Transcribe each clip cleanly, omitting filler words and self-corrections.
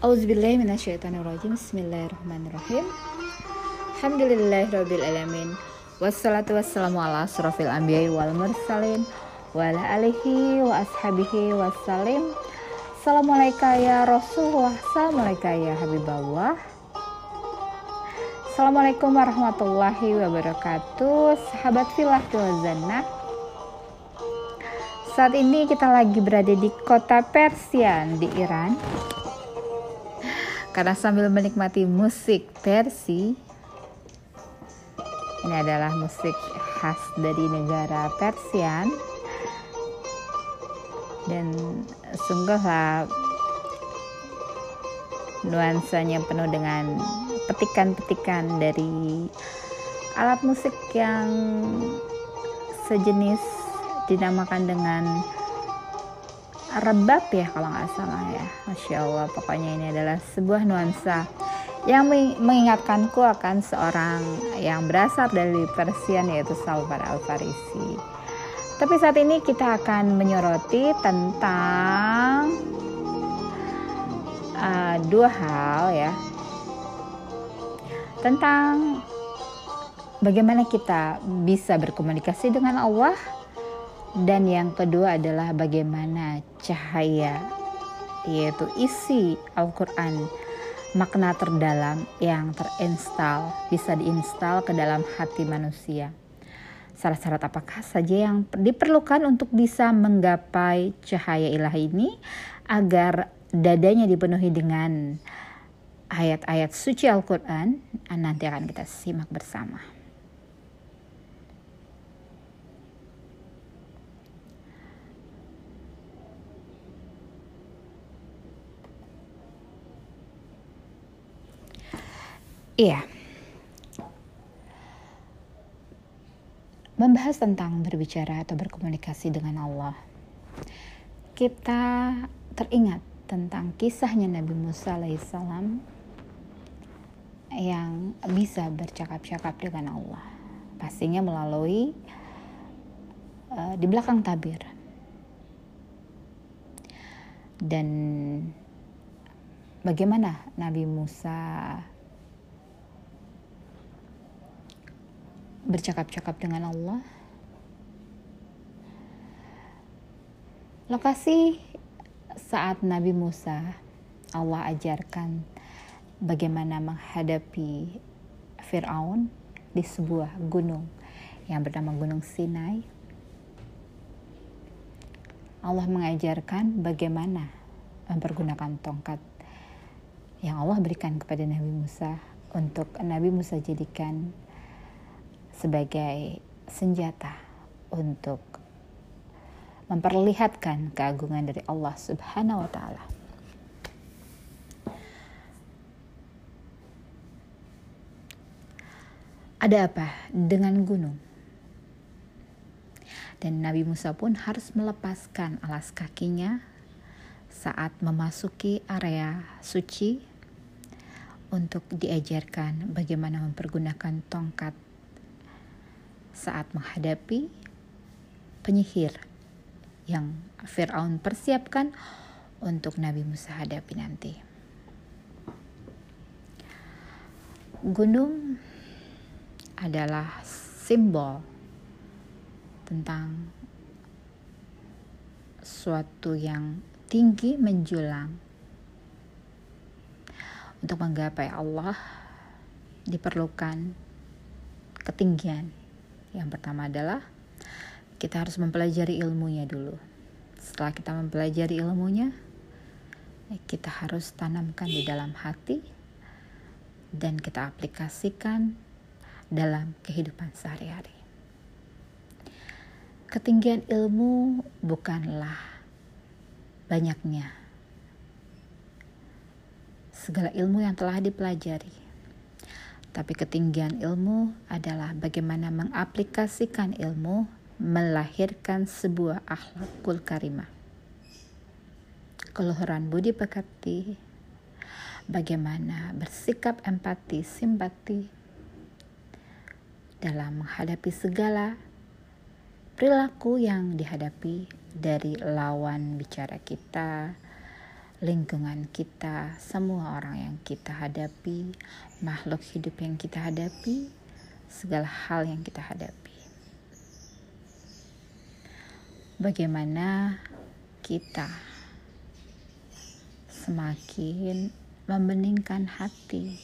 Auzubillahi minasyaitonirrajim. Bismillahirrahmanirrahim. Alhamdulillahirabbil alamin. Wassalatu wassalamu ala asrofil anbiya'i wal mursalin wa ala alihi wa ashabihi wassalim. Assalamualaikum ya Rasulullah, assalamualaikum ya Habiballah. Assalamualaikum warahmatullahi wabarakatuh. Sahabat filah wazannah. Saat ini kita lagi berada di kota Persian di Iran. Karena sambil menikmati musik Persia, ini adalah musik khas dari negara Persian, dan sungguhlah nuansanya penuh dengan petikan-petikan dari alat musik yang sejenis dinamakan dengan rebab ya kalau nggak salah ya. Masya Allah, pokoknya ini adalah sebuah nuansa yang mengingatkanku akan seorang yang berasal dari Persia, yaitu Salman Al-Farisi. Tapi saat ini kita akan menyoroti tentang dua hal ya, tentang bagaimana kita bisa berkomunikasi dengan Allah, dan yang kedua adalah bagaimana cahaya, yaitu isi Al-Quran, makna terdalam yang bisa diinstal ke dalam hati manusia. Syarat-syarat apakah saja yang diperlukan untuk bisa menggapai cahaya ilahi ini agar dadanya dipenuhi dengan ayat-ayat suci Al-Quran? Nanti akan kita simak bersama. Iya, membahas tentang berbicara atau berkomunikasi dengan Allah, kita teringat tentang kisahnya Nabi Musa alaihissalam yang bisa bercakap-cakap dengan Allah, pastinya melalui di belakang tabir. Dan bagaimana Nabi Musa bercakap-cakap dengan Allah? Lokasi saat Nabi Musa, Allah ajarkan bagaimana menghadapi Fir'aun di sebuah gunung yang bernama Gunung Sinai. Allah mengajarkan bagaimana mempergunakan tongkat yang Allah berikan kepada Nabi Musa untuk Nabi Musa jadikan sebagai senjata untuk memperlihatkan keagungan dari Allah Subhanahu wa Ta'ala. Ada apa dengan gunung? Dan Nabi Musa pun harus melepaskan alas kakinya saat memasuki area suci untuk diajarkan bagaimana mempergunakan tongkat saat menghadapi penyihir yang Fir'aun persiapkan untuk Nabi Musa hadapi nanti. Gunung adalah simbol tentang suatu yang tinggi menjulang. Untuk menggapai Allah diperlukan ketinggian. Yang pertama adalah kita harus mempelajari ilmunya dulu. Setelah kita mempelajari ilmunya, kita harus tanamkan di dalam hati dan kita aplikasikan dalam kehidupan sehari-hari. Ketinggian ilmu bukanlah banyaknya segala ilmu yang telah dipelajari, tapi ketinggian ilmu adalah bagaimana mengaplikasikan ilmu melahirkan sebuah akhlakul karimah, keluhuran budi pekerti, bagaimana bersikap empati, simpati dalam menghadapi segala perilaku yang dihadapi dari lawan bicara kita, lingkungan kita, semua orang yang kita hadapi, makhluk hidup yang kita hadapi, segala hal yang kita hadapi. Bagaimana kita semakin membeningkan hati,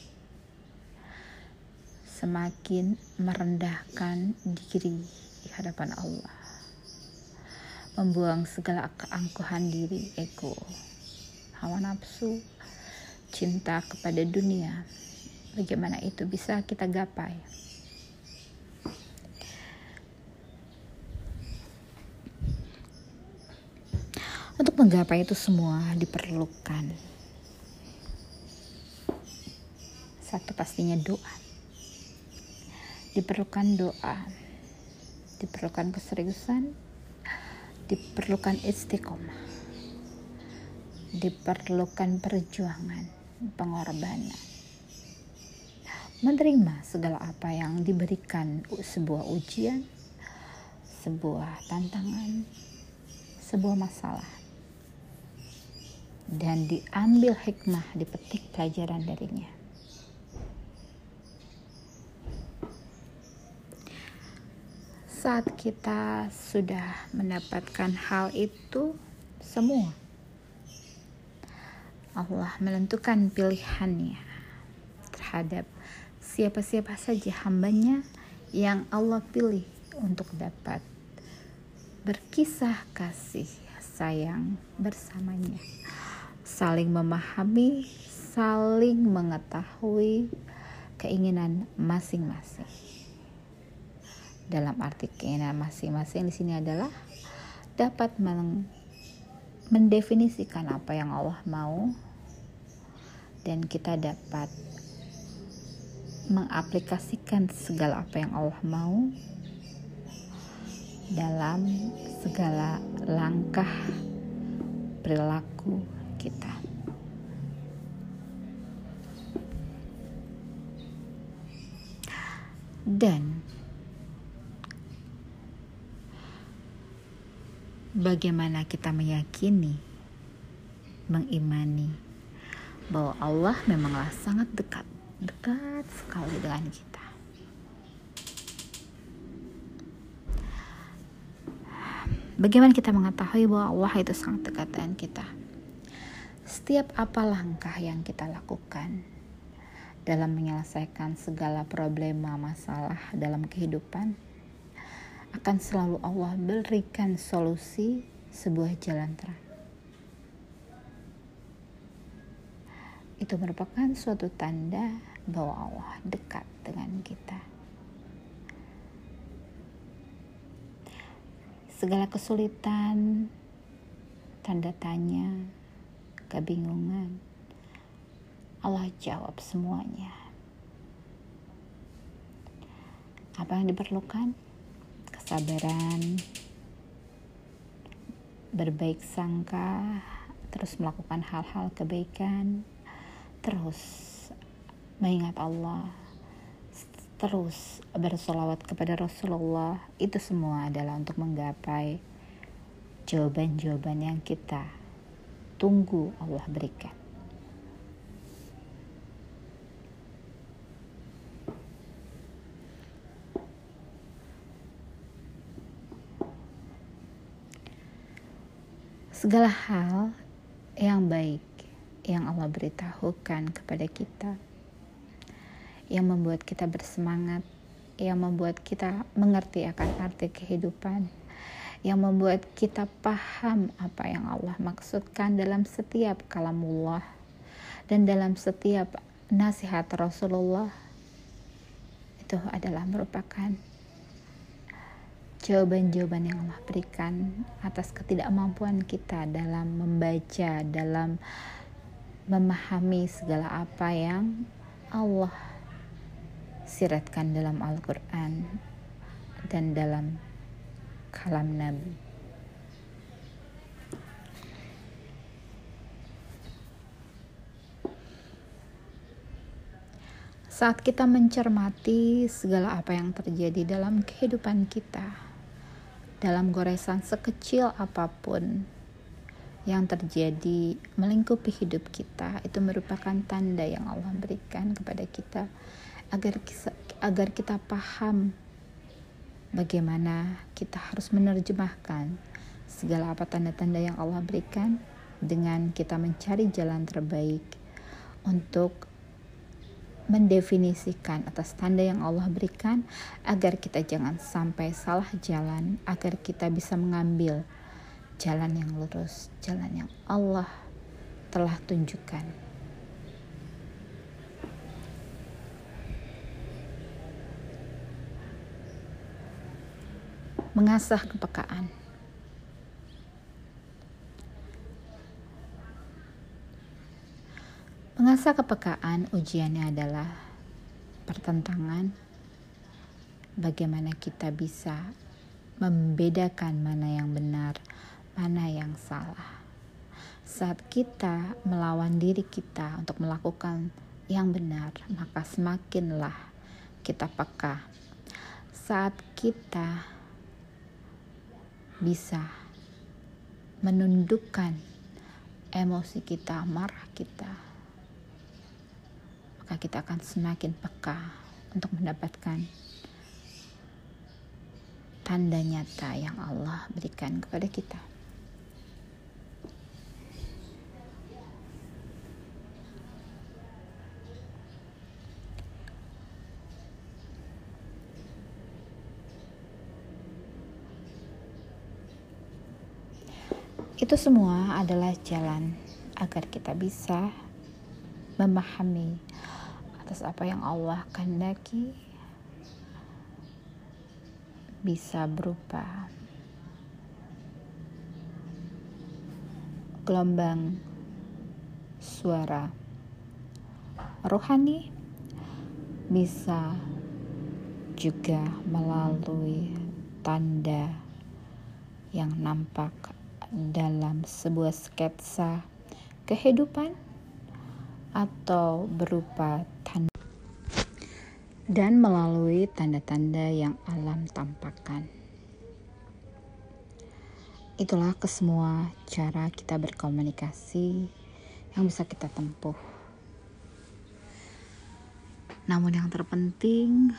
semakin merendahkan diri di hadapan Allah, membuang segala keangkuhan diri, ego, hawa nafsu, cinta kepada dunia. Bagaimana itu bisa kita gapai? Untuk menggapai itu semua diperlukan satu, pastinya doa. Diperlukan doa, diperlukan keseriusan, diperlukan istiqomah, diperlukan perjuangan, pengorbanan, menerima segala apa yang diberikan, sebuah ujian, sebuah tantangan, sebuah masalah, dan diambil hikmah, dipetik pelajaran darinya. Saat kita sudah mendapatkan hal itu semua, Allah menentukan pilihannya terhadap siapa-siapa saja hambanya yang Allah pilih untuk dapat berkisah kasih sayang bersamanya, saling memahami, saling mengetahui keinginan masing-masing. Dalam arti keinginan masing-masing di sini adalah dapat mendefinisikan apa yang Allah mau, dan kita dapat mengaplikasikan segala apa yang Allah mau dalam segala langkah perilaku kita. Dan bagaimana kita meyakini, mengimani bahwa Allah memanglah sangat dekat sekali dengan kita. Bagaimana kita mengetahui bahwa Allah itu sangat dekat dengan kita? Setiap apa langkah yang kita lakukan dalam menyelesaikan segala problema masalah dalam kehidupan, akan selalu Allah berikan solusi, sebuah jalan terang. Itu merupakan suatu tanda bahwa Allah dekat dengan kita. Segala kesulitan, tanda tanya, kebingungan, Allah jawab semuanya. Apa yang diperlukan? Kesabaran, berbaik sangka, terus melakukan hal-hal kebaikan, terus mengingat Allah, terus bersolawat kepada Rasulullah. Itu semua adalah untuk menggapai jawaban-jawaban yang kita tunggu Allah berikan. Segala hal yang baik yang Allah beritahukan kepada kita, yang membuat kita bersemangat, yang membuat kita mengerti akan arti kehidupan, yang membuat kita paham apa yang Allah maksudkan dalam setiap kalamullah dan dalam setiap nasihat Rasulullah, itu adalah merupakan jawaban-jawaban yang Allah berikan atas ketidakmampuan kita dalam membaca, dalam memahami segala apa yang Allah siratkan dalam Al-Quran dan dalam kalam Nabi. Saat kita mencermati segala apa yang terjadi dalam kehidupan kita, dalam goresan sekecil apapun yang terjadi melingkupi hidup kita itu merupakan tanda yang Allah berikan kepada kita agar kita paham bagaimana kita harus menerjemahkan segala apa tanda-tanda yang Allah berikan dengan kita mencari jalan terbaik untuk mendefinisikan atas tanda yang Allah berikan agar kita jangan sampai salah jalan, agar kita bisa mengambil jalan yang lurus, jalan yang Allah telah tunjukkan. Mengasah kepekaan. Mengasah kepekaan ujiannya adalah pertentangan bagaimana kita bisa membedakan mana yang benar, mana yang salah. Saat kita melawan diri kita untuk melakukan yang benar, maka semakinlah kita peka. Saat kita bisa menundukkan emosi kita, marah kita, maka kita akan semakin peka untuk mendapatkan tanda nyata yang Allah berikan kepada kita. Itu semua adalah jalan agar kita bisa memahami atas apa yang Allah kehendaki, bisa berupa gelombang suara rohani, bisa juga melalui tanda yang nampak dalam sebuah sketsa kehidupan atau berupa tanda dan melalui tanda-tanda yang alam tampakkan. Itulah kesemua cara kita berkomunikasi yang bisa kita tempuh. Namun yang terpenting,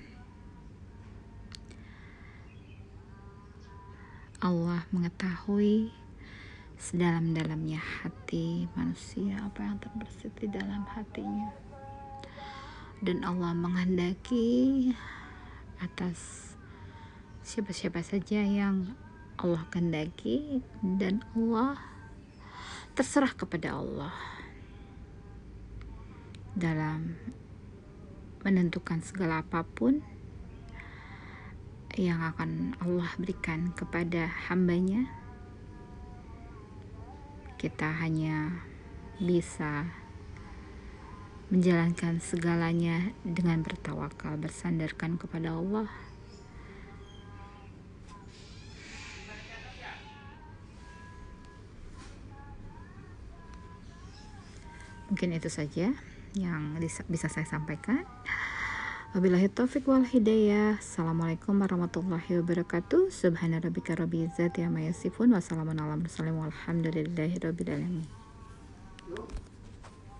Allah mengetahui sedalam-dalamnya hati manusia, apa yang terbersit di dalam hatinya. Dan Allah menghendaki atas siapa-siapa saja yang Allah kehendaki, dan Allah terserah kepada Allah dalam menentukan segala apapun yang akan Allah berikan kepada hambanya. Kita hanya bisa menjalankan segalanya dengan bertawakal, bersandarkan kepada Allah. Mungkin itu saja yang bisa saya sampaikan. Wabillahi taufiq wal hidayah. Assalamualaikum warahmatullahi wabarakatuh. Subhana rabbika rabbil izzati amma yasifun. Wassalamun ala mursalin walhamdulillahi rabbil alamin.